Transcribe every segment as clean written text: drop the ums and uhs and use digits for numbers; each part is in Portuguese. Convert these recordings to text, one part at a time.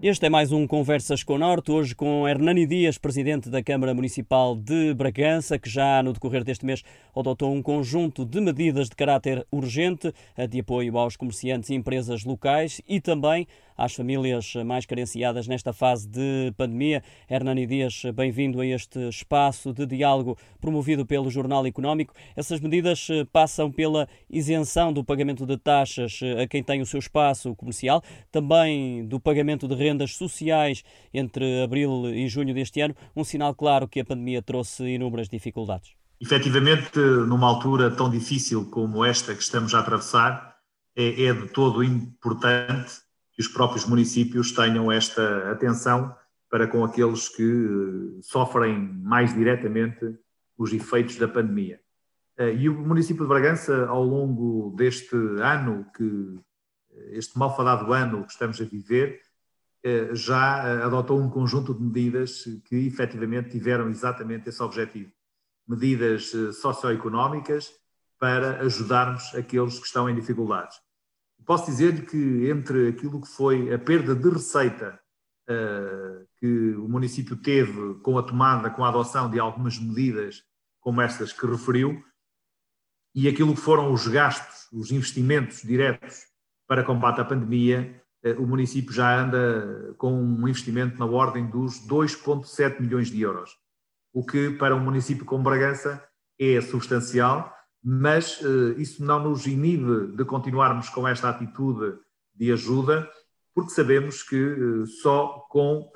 Este é mais um Conversas com o Norte, hoje com Hernani Dias, presidente da Câmara Municipal de Bragança, que já no decorrer deste mês adotou um conjunto de medidas de caráter urgente de apoio aos comerciantes e empresas locais e também às famílias mais carenciadas nesta fase de pandemia. Hernani Dias, bem-vindo a este espaço de diálogo promovido pelo Jornal Económico. Essas medidas passam pela isenção do pagamento de taxas a quem tem o seu espaço comercial, também do pagamento de rendas sociais entre abril e junho deste ano, um sinal claro que a pandemia trouxe inúmeras dificuldades. Efetivamente, numa altura tão difícil como esta que estamos a atravessar, é de todo importante que os próprios municípios tenham esta atenção para com aqueles que sofrem mais diretamente os efeitos da pandemia. E o município de Bragança, ao longo deste ano, este malfadado ano que estamos a viver, já adotou um conjunto de medidas que efetivamente tiveram exatamente esse objetivo. Medidas socioeconómicas para ajudarmos aqueles que estão em dificuldades. Posso dizer-lhe que entre aquilo que foi a perda de receita que o município teve com a adoção de algumas medidas como estas que referiu, e aquilo que foram os gastos, os investimentos diretos para combate à pandemia, o município já anda com um investimento na ordem dos 2,7 milhões de euros, o que para um município como Bragança é substancial, mas isso não nos inibe de continuarmos com esta atitude de ajuda, porque sabemos que só com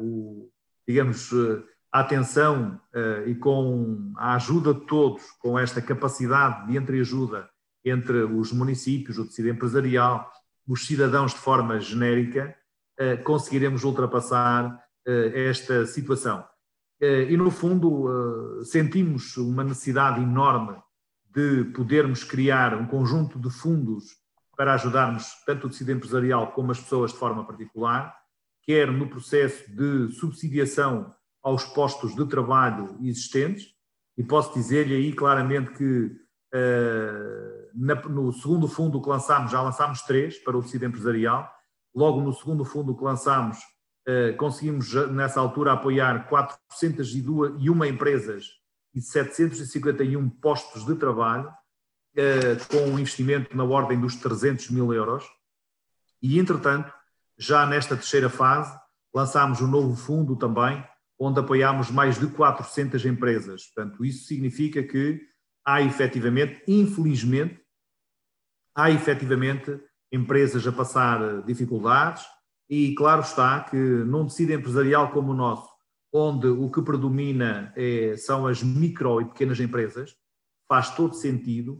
a atenção e com a ajuda de todos, com esta capacidade de entreajuda entre os municípios, o tecido empresarial, os cidadãos de forma genérica, conseguiremos ultrapassar esta situação. E no fundo sentimos uma necessidade enorme de podermos criar um conjunto de fundos para ajudarmos tanto o tecido empresarial como as pessoas de forma particular, quer no processo de subsidiação aos postos de trabalho existentes, e posso dizer-lhe aí claramente que no segundo fundo que lançámos, já lançámos 3 para o tecido empresarial, logo no segundo fundo que lançámos, conseguimos nessa altura apoiar 401 empresas e 751 postos de trabalho, com um investimento na ordem dos 300 mil euros. E, entretanto, já nesta terceira fase, lançámos um novo fundo também, onde apoiámos mais de 400 empresas. Portanto, isso significa que há efetivamente, infelizmente, empresas a passar dificuldades e, claro está, que num tecido empresarial como o nosso, onde o que predomina são as micro e pequenas empresas, faz todo sentido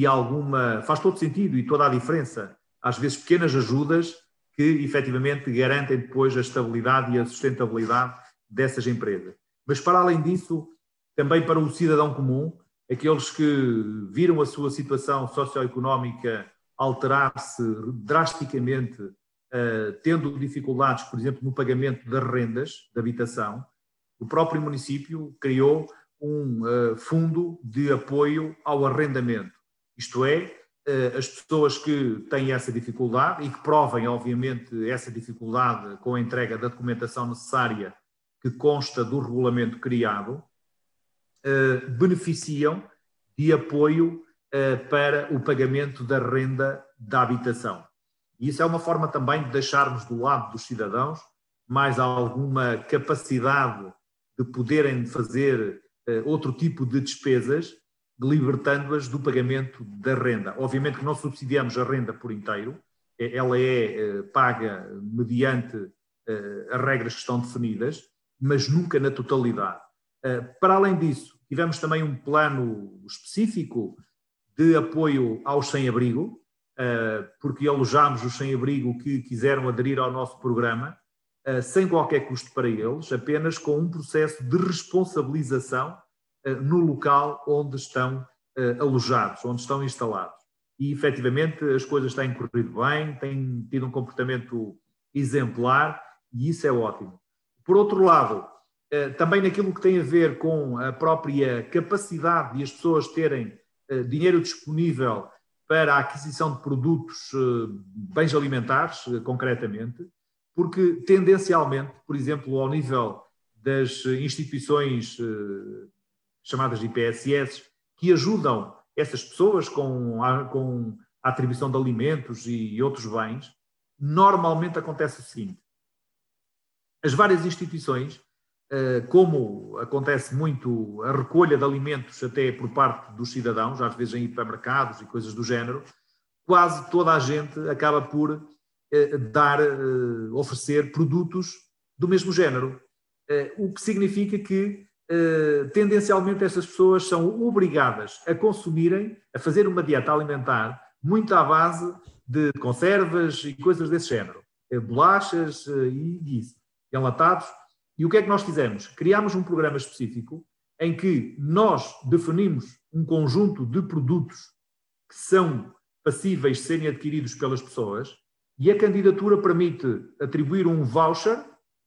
e toda a diferença, às vezes pequenas ajudas que efetivamente garantem depois a estabilidade e a sustentabilidade dessas empresas. Mas para além disso, também para o cidadão comum, aqueles que viram a sua situação socioeconómica alterar-se drasticamente, tendo dificuldades, por exemplo, no pagamento das rendas de habitação, o próprio município criou um fundo de apoio ao arrendamento. Isto é, as pessoas que têm essa dificuldade e que provem, obviamente, essa dificuldade com a entrega da documentação necessária que consta do regulamento criado, beneficiam de apoio para o pagamento da renda da habitação. E isso é uma forma também de deixarmos do lado dos cidadãos mais alguma capacidade de poderem fazer outro tipo de despesas, libertando-as do pagamento da renda. Obviamente que não subsidiamos a renda por inteiro, ela é paga mediante as regras que estão definidas, mas nunca na totalidade. Para além disso, tivemos também um plano específico de apoio aos sem-abrigo, porque alojámos os sem-abrigo que quiseram aderir ao nosso programa, sem qualquer custo para eles, apenas com um processo de responsabilização no local onde estão alojados, onde estão instalados. E, efetivamente, as coisas têm corrido bem, têm tido um comportamento exemplar e isso é ótimo. Por outro lado, também naquilo que tem a ver com a própria capacidade de as pessoas terem dinheiro disponível para a aquisição de produtos, bens alimentares, concretamente, porque tendencialmente, por exemplo, ao nível das instituições chamadas IPSS, que ajudam essas pessoas com a atribuição de alimentos e outros bens, normalmente acontece o seguinte: as várias instituições, como acontece muito a recolha de alimentos até por parte dos cidadãos, às vezes em hipermercados e coisas do género, quase toda a gente acaba por oferecer produtos do mesmo género. O que significa que, tendencialmente, essas pessoas são obrigadas a consumirem, a fazer uma dieta alimentar muito à base de conservas e coisas desse género, bolachas e isso, enlatados. E o que é que nós fizemos? Criámos um programa específico em que nós definimos um conjunto de produtos que são passíveis de serem adquiridos pelas pessoas, e a candidatura permite atribuir um voucher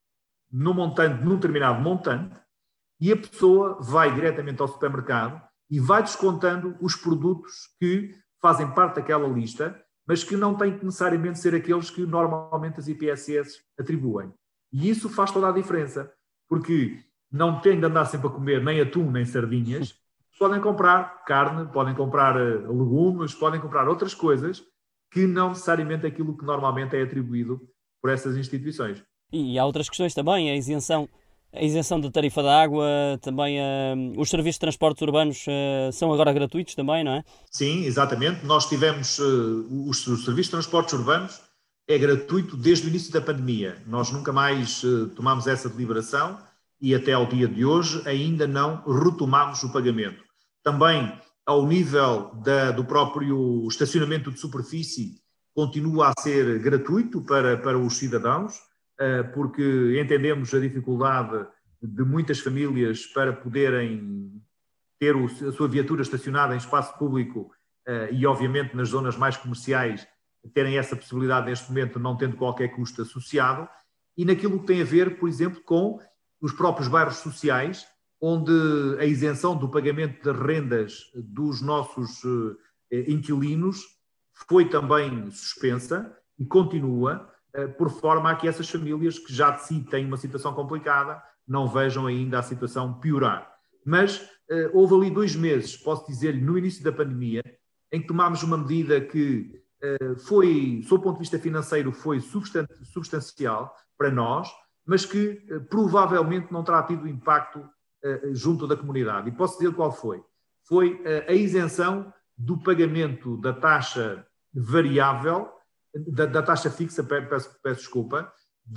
num determinado montante, e a pessoa vai diretamente ao supermercado e vai descontando os produtos que fazem parte daquela lista, mas que não têm que necessariamente ser aqueles que normalmente as IPSS atribuem. E isso faz toda a diferença, porque não têm de andar sempre a comer nem atum nem sardinhas, podem comprar carne, podem comprar legumes, podem comprar outras coisas que não necessariamente aquilo que normalmente é atribuído por essas instituições. E há outras questões também, a isenção da tarifa da água, também os serviços de transportes urbanos são agora gratuitos também, não é? Sim, exatamente. Nós tivemos os serviços de transportes urbanos, é gratuito desde o início da pandemia. Nós nunca mais tomámos essa deliberação e até ao dia de hoje ainda não retomámos o pagamento. Também ao nível do próprio estacionamento de superfície continua a ser gratuito para os cidadãos, porque entendemos a dificuldade de muitas famílias para poderem ter a sua viatura estacionada em espaço público e, obviamente, nas zonas mais comerciais, terem essa possibilidade neste momento, não tendo qualquer custo associado, e naquilo que tem a ver, por exemplo, com os próprios bairros sociais, onde a isenção do pagamento das rendas dos nossos inquilinos foi também suspensa e continua, por forma a que essas famílias que já de si têm uma situação complicada não vejam ainda a situação piorar. Mas houve ali 2 meses, posso dizer-lhe, no início da pandemia, em que tomámos uma medida que foi, sob o ponto de vista financeiro, foi substancial para nós, mas que provavelmente não terá tido impacto junto da comunidade. E posso dizer qual foi. Foi a isenção do pagamento da taxa variável, da taxa fixa, peço desculpa,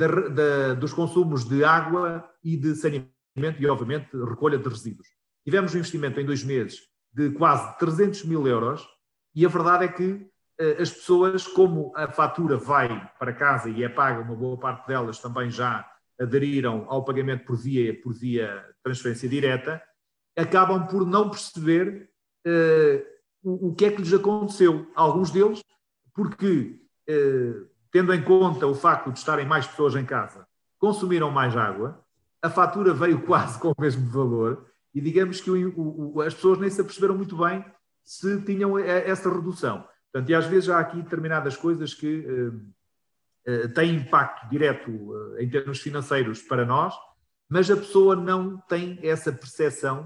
dos consumos de água e de saneamento e, obviamente, recolha de resíduos. Tivemos um investimento em 2 meses de quase 300 mil euros e a verdade é que as pessoas, como a fatura vai para casa e é paga, uma boa parte delas também já aderiram ao pagamento por via transferência direta, acabam por não perceber o que é que lhes aconteceu. Alguns deles, porque, tendo em conta o facto de estarem mais pessoas em casa, consumiram mais água, a fatura veio quase com o mesmo valor e digamos que as pessoas nem se aperceberam muito bem se tinham essa redução. Portanto, e às vezes há aqui determinadas coisas que têm impacto direto em termos financeiros para nós, mas a pessoa não tem essa percepção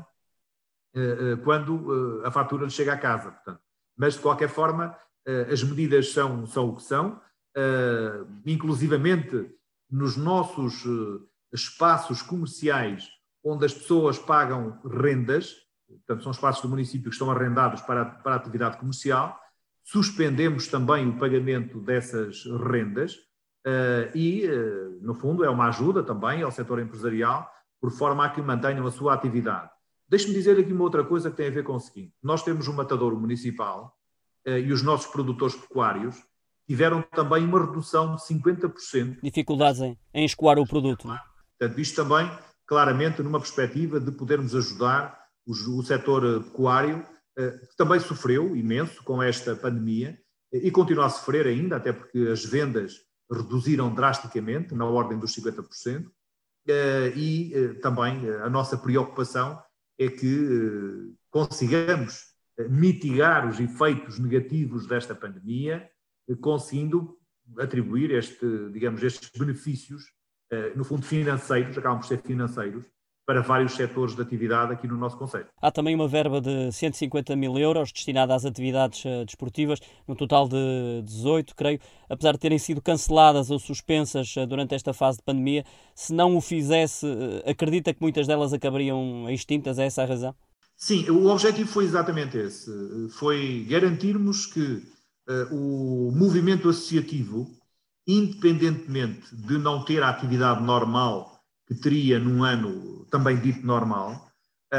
quando a fatura lhe chega à casa. Portanto. Mas, de qualquer forma, as medidas são o que são, inclusivamente nos nossos espaços comerciais, onde as pessoas pagam rendas, portanto, são espaços do município que estão arrendados para a atividade comercial, suspendemos também o pagamento dessas rendas e, no fundo, é uma ajuda também ao setor empresarial, por forma a que mantenham a sua atividade. Deixe-me dizer aqui uma outra coisa que tem a ver com o seguinte. Nós temos um matadouro municipal e os nossos produtores pecuários tiveram também uma redução de 50%. Dificuldades em escoar o produto. Não é? Portanto, isto também, claramente, numa perspectiva de podermos ajudar o setor pecuário, que também sofreu imenso com esta pandemia e continua a sofrer ainda, até porque as vendas reduziram drasticamente, na ordem dos 50%, e também a nossa preocupação é que consigamos mitigar os efeitos negativos desta pandemia, conseguindo atribuir estes benefícios, no fundo financeiros, acabam por ser financeiros, para vários setores de atividade aqui no nosso concelho. Há também uma verba de 150 mil euros destinada às atividades desportivas, no total de 18, creio, apesar de terem sido canceladas ou suspensas durante esta fase de pandemia. Se não o fizesse, acredita que muitas delas acabariam extintas? É essa a razão? Sim, o objetivo foi exatamente esse. Foi garantirmos que o movimento associativo, independentemente de não ter a atividade normal que teria num ano também dito normal,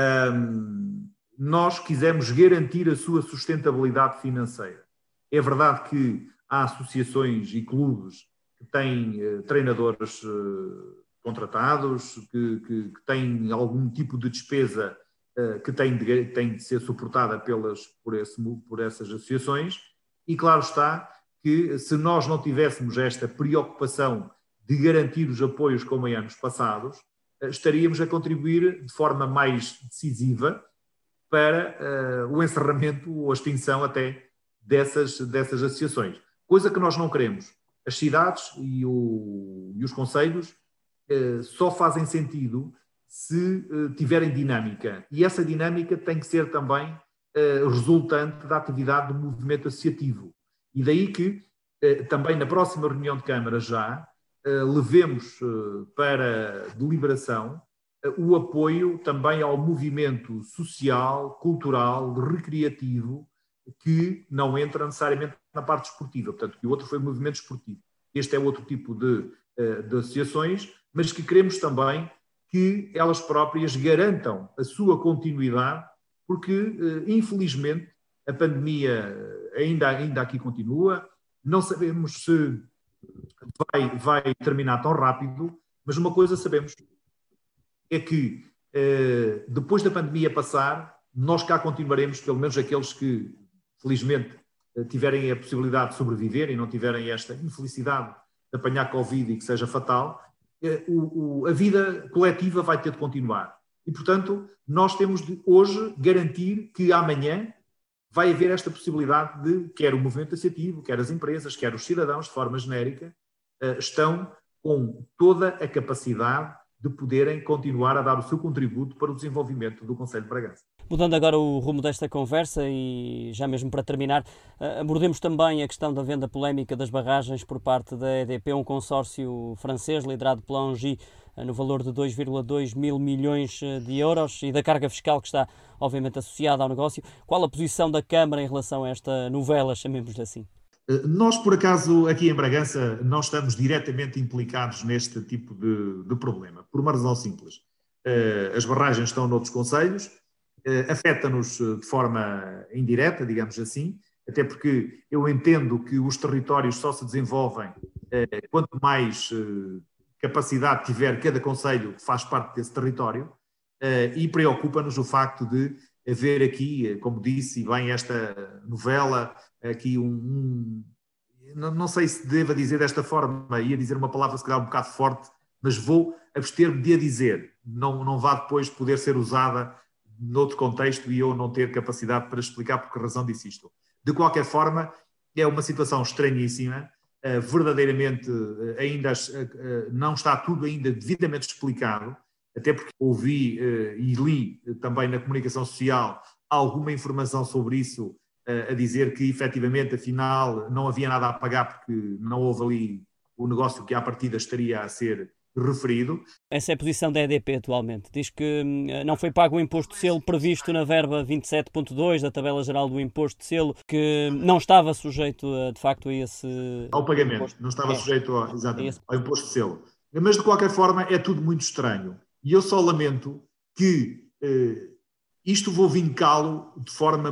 nós quisemos garantir a sua sustentabilidade financeira. É verdade que há associações e clubes que têm treinadores contratados, que têm algum tipo de despesa que tem de ser suportada por essas associações, e claro está que se nós não tivéssemos esta preocupação de garantir os apoios como em anos passados, estaríamos a contribuir de forma mais decisiva para o encerramento ou a extinção até dessas associações. Coisa que nós não queremos. As cidades e os concelhos só fazem sentido se tiverem dinâmica. E essa dinâmica tem que ser também resultante da atividade do movimento associativo. E daí que também na próxima reunião de Câmara já levemos para deliberação o apoio também ao movimento social, cultural, recreativo, que não entra necessariamente na parte esportiva. Portanto, que o outro foi o movimento esportivo. Este é outro tipo de associações, mas que queremos também que elas próprias garantam a sua continuidade, porque, infelizmente, a pandemia ainda aqui continua. Não sabemos se vai terminar tão rápido, mas uma coisa sabemos é que depois da pandemia passar, nós cá continuaremos, pelo menos aqueles que, felizmente, tiverem a possibilidade de sobreviver e não tiverem esta infelicidade de apanhar Covid e que seja fatal, a vida coletiva vai ter de continuar. E, portanto, nós temos de hoje garantir que amanhã vai haver esta possibilidade de, quer o movimento associativo, quer as empresas, quer os cidadãos, de forma genérica, estão com toda a capacidade de poderem continuar a dar o seu contributo para o desenvolvimento do Concelho de Bragança. Mudando agora o rumo desta conversa e já mesmo para terminar, abordemos também a questão da venda polémica das barragens por parte da EDP, um consórcio francês liderado pela Engie, no valor de 2,2 mil milhões de euros, e da carga fiscal que está obviamente associada ao negócio. Qual a posição da Câmara em relação a esta novela, chamemos-lhe assim? Nós, por acaso, aqui em Bragança, não estamos diretamente implicados neste tipo de problema, por uma razão simples. As barragens estão noutros concelhos, afeta-nos de forma indireta, digamos assim, até porque eu entendo que os territórios só se desenvolvem quanto mais capacidade tiver cada concelho que faz parte desse território, e preocupa-nos o facto de haver aqui, como disse, e bem esta novela, aqui não sei se devo dizer desta forma, ia dizer uma palavra se calhar um bocado forte, mas vou abster-me de a dizer, não vá depois poder ser usada noutro contexto e eu não ter capacidade para explicar por que razão disse isto. De qualquer forma, é uma situação estranhíssima, verdadeiramente ainda não está tudo ainda devidamente explicado, até porque ouvi e li também na comunicação social alguma informação sobre isso, a dizer que efetivamente afinal não havia nada a pagar porque não houve ali o negócio que à partida estaria a ser referido. Essa é a posição da EDP atualmente. Diz que não foi pago o imposto de selo previsto na verba 27.2 da tabela geral do imposto de selo, que não estava sujeito de facto a esse... Ao pagamento, imposto. Não estava sujeito exatamente, ao imposto de selo. Mas de qualquer forma é tudo muito estranho. E eu só lamento que isto vou vincá-lo de forma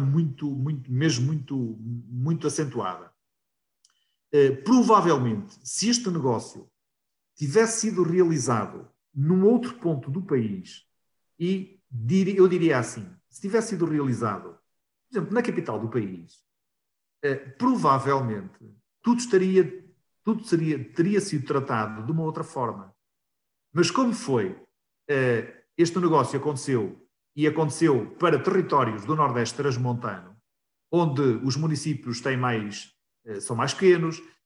muito acentuada. Provavelmente, se este negócio tivesse sido realizado num outro ponto do país, e eu diria assim, se tivesse sido realizado, por exemplo, na capital do país, provavelmente teria sido tratado de uma outra forma. Mas como foi, este negócio aconteceu para territórios do Nordeste transmontano, onde os municípios são mais pequenos,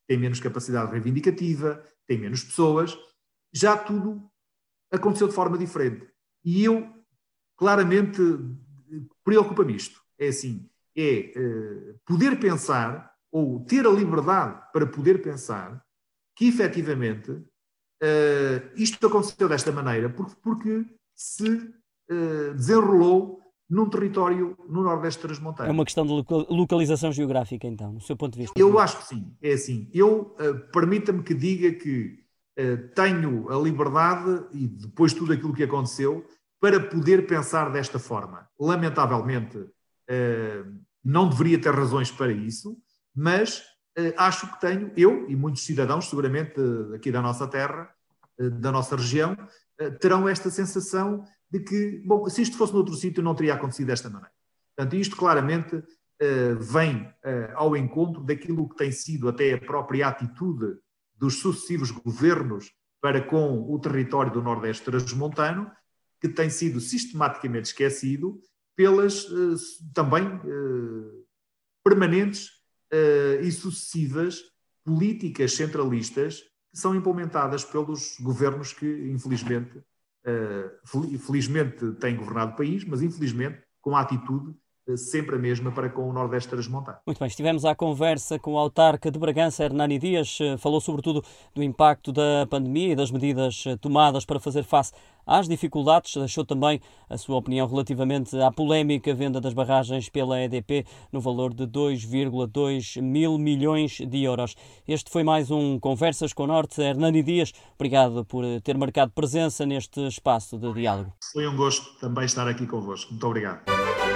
tem menos capacidade reivindicativa, tem menos pessoas, já tudo aconteceu de forma diferente. E eu, claramente, preocupa-me isto. É assim, poder pensar, ou ter a liberdade para poder pensar, que efetivamente isto aconteceu desta maneira, porque se desenrolou num território no Nordeste Transmontano. É uma questão de localização geográfica, então, do seu ponto de vista? Eu acho que sim. É assim, permita-me que diga que tenho a liberdade, e depois de tudo aquilo que aconteceu, para poder pensar desta forma. Lamentavelmente, não deveria ter razões para isso, mas acho que tenho, eu e muitos cidadãos, seguramente aqui da nossa terra, da nossa região, terão esta sensação de que, bom, se isto fosse noutro sítio não teria acontecido desta maneira. Portanto, isto claramente vem ao encontro daquilo que tem sido até a própria atitude dos sucessivos governos para com o território do Nordeste Transmontano, que tem sido sistematicamente esquecido pelas também permanentes e sucessivas políticas centralistas que são implementadas pelos governos que, infelizmente, felizmente têm governado o país, mas infelizmente com a atitude sempre a mesma para com o Nordeste Transmontano. Muito bem, estivemos à conversa com o autarca de Bragança, Hernani Dias, falou sobretudo do impacto da pandemia e das medidas tomadas para fazer face às dificuldades, deixou também a sua opinião relativamente à polémica venda das barragens pela EDP no valor de 2,2 mil milhões de euros. Este foi mais um Conversas com o Norte. Hernani Dias, obrigado por ter marcado presença neste espaço de diálogo. Foi um gosto também estar aqui convosco. Muito obrigado.